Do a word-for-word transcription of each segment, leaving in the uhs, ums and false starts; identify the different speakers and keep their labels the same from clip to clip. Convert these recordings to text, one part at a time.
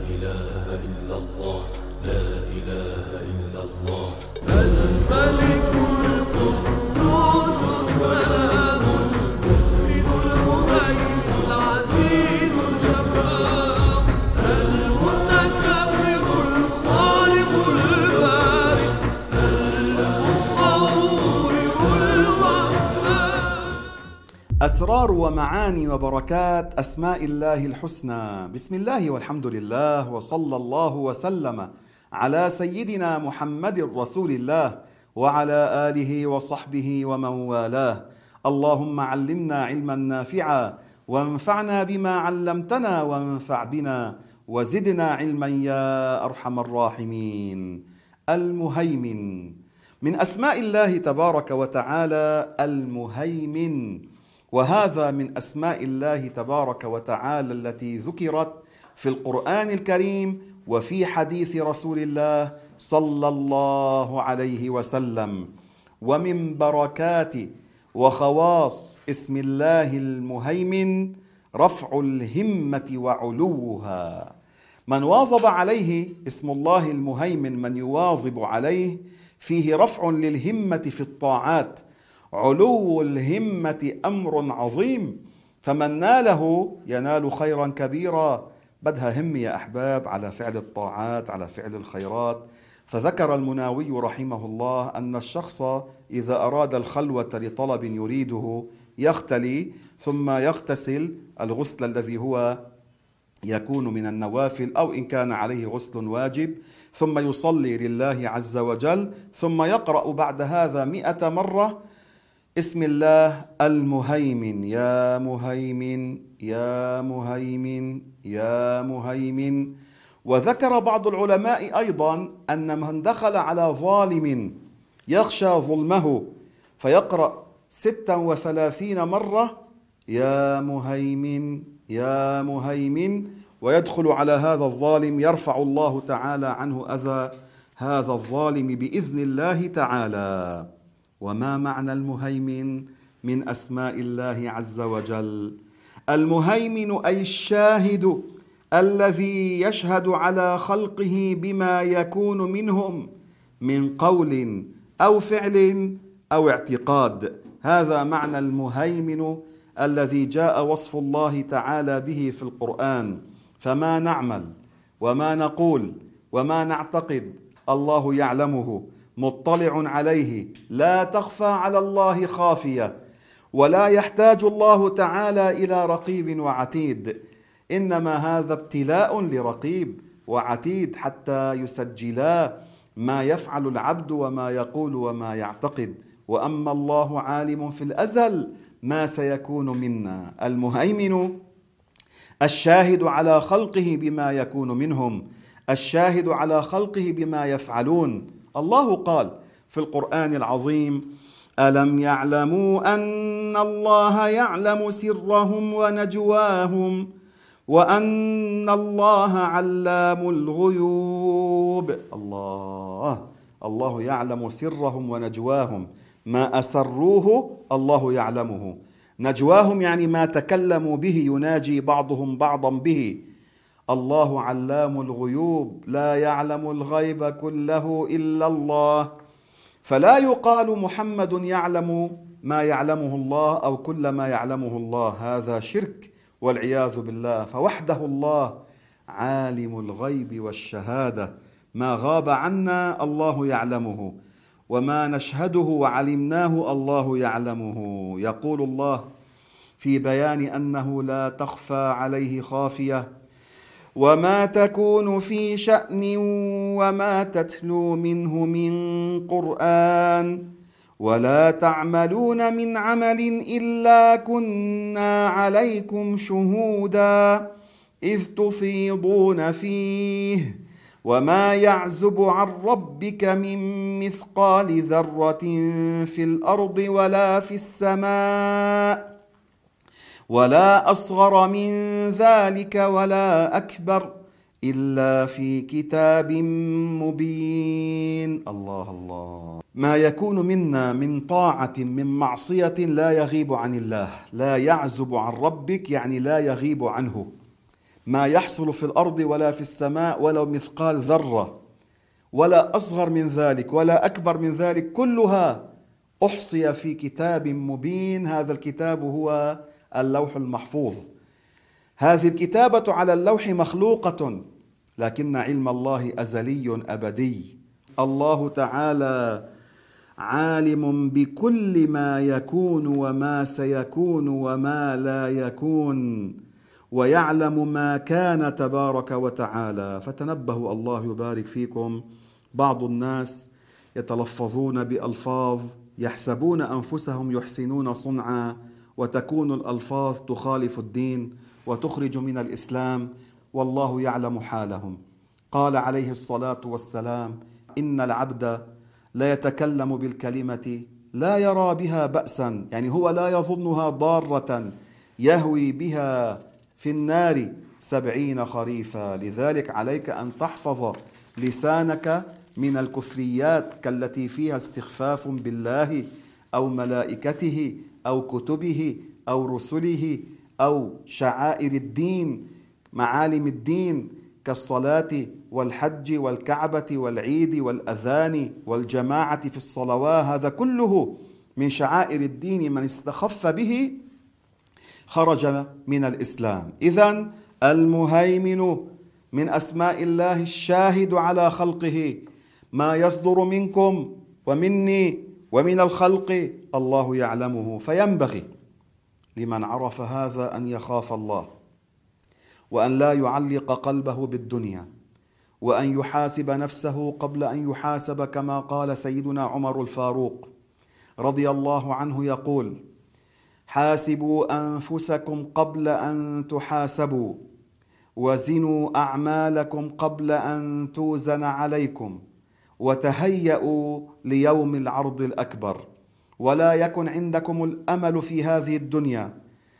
Speaker 1: إله إلا الله لا إله إلا الله.
Speaker 2: الملك القدوس السلام المؤمن المهيمن العزيز الجبار المتكبر الخالق البارئ المصور الوهاب.
Speaker 3: أسرار ومعاني وبركات أسماء الله الحسنى. بسم الله والحمد لله وصلى الله وسلم على سيدنا محمد رسول الله وعلى آله وصحبه ومن والاه. اللهم علمنا علما نافعا وانفعنا بما علمتنا وانفع بنا وزدنا علما يا أرحم الراحمين. المهيمن من أسماء الله تبارك وتعالى المهيمن، وهذا من أسماء الله تبارك وتعالى التي ذكرت في القرآن الكريم وفي حديث رسول الله صلى الله عليه وسلم. ومن بركات وخواص اسم الله المهيمن رفع الهمة وعلوها. من واظب عليه اسم الله المهيمن، من يواظب عليه فيه رفع للهمة في الطاعات. علو الهمة أمر عظيم، فمن ناله ينال خيرا كبيرا. بدها هم يا أحباب على فعل الطاعات، على فعل الخيرات. فذكر المناوي رحمه الله أن الشخص إذا أراد الخلوة لطلب يريده يختلي ثم يغتسل الغسل الذي هو يكون من النوافل، أو إن كان عليه غسل واجب، ثم يصلي لله عز وجل، ثم يقرأ بعد هذا مئة مرة اسم الله المهيمن. يا مهيمن يا مهيمن يا مهيمن. وذكر بعض العلماء أيضا أن من دخل على ظالم يخشى ظلمه فيقرأ ستا وثلاثين مرة يا مهيمن يا مهيمن، ويدخل على هذا الظالم، يرفع الله تعالى عنه أذى هذا الظالم بإذن الله تعالى. وما معنى المهيمن؟ من أسماء الله عز وجل. المهيمن أي الشاهد الذي يشهد على خلقه بما يكون منهم من قول أو فعل أو اعتقاد. هذا معنى المهيمن الذي جاء وصف الله تعالى به في القرآن. فما نعمل وما نقول وما نعتقد الله يعلمه، مطلع عليه، لا تخفى على الله خافية، ولا يحتاج الله تعالى إلى رقيب وعتيد. إنما هذا ابتلاء لرقيب وعتيد حتى يسجلا ما يفعل العبد وما يقول وما يعتقد. وأما الله عالم في الأزل ما سيكون منا. المهيمن الشاهد على خلقه بما يكون منهم، الشاهد على خلقه بما يفعلون. الله قال في القرآن العظيم: ألم يعلموا أن الله يعلم سرهم ونجواهم وأن الله علام الغيوب. الله الله يعلم سرهم ونجواهم، ما أسروه الله يعلمه، نجواهم يعني ما تكلموا به، يناجي بعضهم بعضا به. الله علام الغيوب، لا يعلم الغيب كله إلا الله. فلا يقال محمد يعلم ما يعلمه الله أو كل ما يعلمه الله، هذا شرك والعياذ بالله. فوحده الله عالم الغيب والشهادة، ما غاب عنا الله يعلمه، وما نشهده وعلمناه الله يعلمه. يقول الله في بيان أنه لا تخفى عليه خافية: وما تكون في شأن وما تتلو منه من قرآن ولا تعملون من عمل إلا كنا عليكم شهودا إذ تفيضون فيه وما يعزب عن ربك من مثقال ذرة في الأرض ولا في السماء ولا أصغر من ذلك ولا أكبر إلا في كتاب مبين. الله الله. ما يكون منا من طاعة من معصية لا يغيب عن الله، لا يعزب عن ربك يعني لا يغيب عنه. ما يحصل في الأرض ولا في السماء ولو مثقال ذرة ولا أصغر من ذلك ولا أكبر من ذلك، كلها أحصي في كتاب مبين. هذا الكتاب هو اللوح المحفوظ. هذه الكتابة على اللوح مخلوقة، لكن علم الله أزلي أبدي. الله تعالى عالم بكل ما يكون وما سيكون وما لا يكون، ويعلم ما كان تبارك وتعالى. فتنبهوا، الله يبارك فيكم. بعض الناس يتلفظون بألفاظ يحسبون أنفسهم يحسنون صنعا، وتكون الألفاظ تخالف الدين وتخرج من الإسلام، والله يعلم حالهم. قال عليه الصلاة والسلام: إن العبد لا يتكلم بالكلمة لا يرى بها بأسا، يعني هو لا يظنها ضارة، يهوي بها في النار سبعين خريفا. لذلك عليك أن تحفظ لسانك من الكفريات كالتي فيها استخفاف بالله أو ملائكته أو كتبه أو رسله أو شعائر الدين، معالم الدين كالصلاة والحج والكعبة والعيد والأذان والجماعة في الصلوات. هذا كله من شعائر الدين، من استخف به خرج من الإسلام. إذن المهيمن من أسماء الله الشاهد على خلقه. ما يصدر منكم ومني ومن الخلق الله يعلمه، فينبغي لمن عرف هذا أن يخاف الله، وأن لا يعلق قلبه بالدنيا، وأن يحاسب نفسه قبل أن يحاسب، كما قال سيدنا عمر الفاروق رضي الله عنه يقول: حاسبوا أنفسكم قبل أن تحاسبوا، وزنوا أعمالكم قبل أن توزن عليكم، وتهيئوا ليوم العرض الأكبر. ولا يكن عندكم الأمل في هذه الدنيا،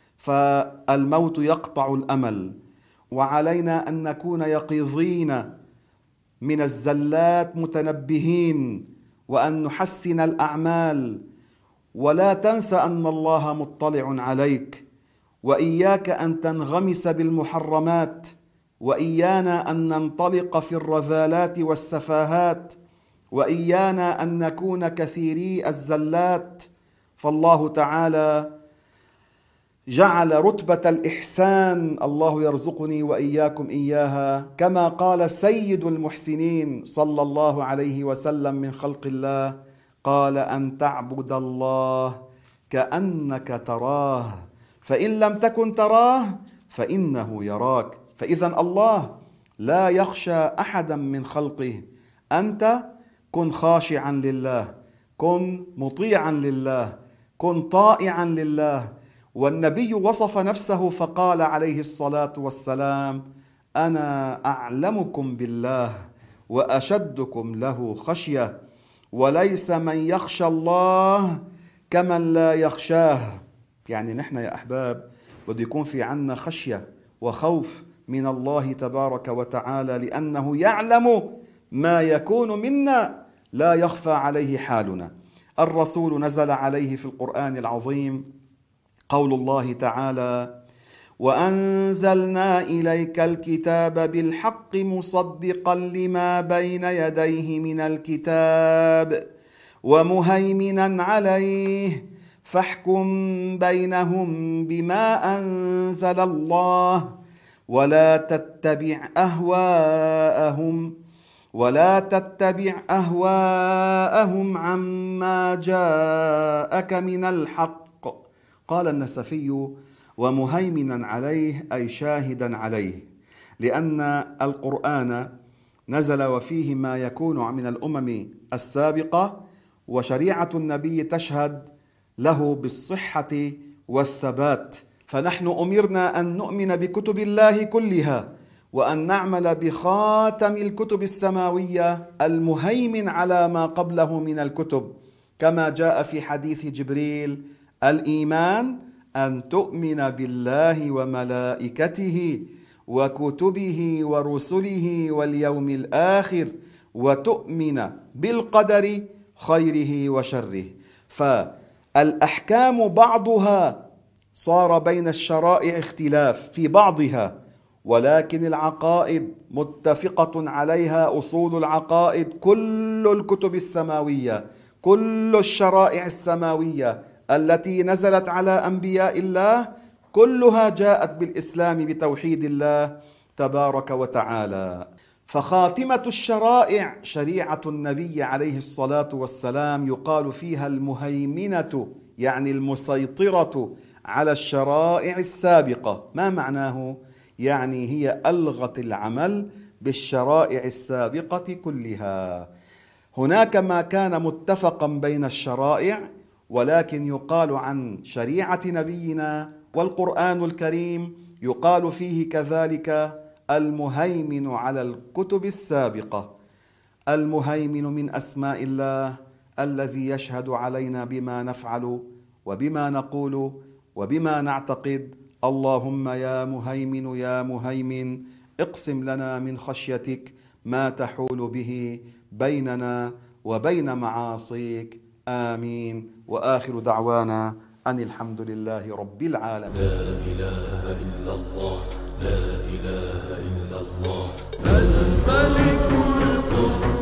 Speaker 3: فالموت يقطع الأمل. وعلينا أن نكون يقظين من الزلات متنبهين، وأن نحسن الأعمال. ولا تنسى أن الله مطلع عليك، وإياك أن تنغمس بالمحرمات، وإيانا أن ننطلق في الرذالات والسفاهات، وإيانا أن نكون كثيري الزلات. فالله تعالى جعل رتبة الإحسان، الله يرزقني وإياكم إياها، كما قال سيد المحسنين صلى الله عليه وسلم من خلق الله، قال: أن تعبد الله كأنك تراه، فإن لم تكن تراه فإنه يراك. فإذا الله لا يخشى أحدا من خلقه. أنت كن خاشعا لله، كن مطيعا لله، كن طائعا لله. والنبي وصف نفسه فقال عليه الصلاة والسلام: أنا أعلمكم بالله وأشدكم له خشية، وليس من يخشى الله كمن لا يخشاه. يعني نحن يا أحباب بده يكون في عنا خشية وخوف من الله تبارك وتعالى، لأنه يعلم ما يكون منا، لا يخفى عليه حالنا. الرسول نزل عليه في القرآن العظيم قول الله تعالى: وأنزلنا إليك الكتاب بالحق مصدقا لما بين يديه من الكتاب ومهيمنا عليه فاحكم بينهم بما أنزل الله ولا تتبع أهواءهم ولا تتبع أهواءهم عما جاءك من الحق. قال النسفي: ومهيمنا عليه أي شاهدا عليه، لأن القرآن نزل وفيه ما يكون من الأمم السابقة، وشريعة النبي تشهد له بالصحة والثبات. فنحن أمرنا أن نؤمن بكتب الله كلها، وأن نعمل بخاتم الكتب السماوية المهيمن على ما قبله من الكتب، كما جاء في حديث جبريل: الإيمان أن تؤمن بالله وملائكته وكتبه ورسله واليوم الآخر، وتؤمن بالقدر خيره وشره. فالأحكام بعضها صار بين الشرائع اختلاف في بعضها، ولكن العقائد متفقة عليها أصول العقائد، كل الكتب السماوية، كل الشرائع السماوية التي نزلت على أنبياء الله كلها جاءت بالإسلام بتوحيد الله تبارك وتعالى. فخاتمة الشرائع شريعة النبي عليه الصلاة والسلام يقال فيها المهيمنة، يعني المسيطرة على الشرائع السابقة. ما معناه؟ يعني هي ألغت العمل بالشرائع السابقة كلها. هناك ما كان متفقا بين الشرائع، ولكن يقال عن شريعة نبينا والقرآن الكريم يقال فيه كذلك المهيمن على الكتب السابقة. المهيمن من أسماء الله الذي يشهد علينا بما نفعل وبما نقول وبما نعتقد. اللهم يا مهيمن يا مهيمن اقسم لنا من خشيتك ما تحول به بيننا وبين معاصيك. آمين. وآخر دعوانا أن الحمد لله رب العالمين.
Speaker 1: لا إله إلا الله، لا إله إلا الله.
Speaker 2: الملك القدوس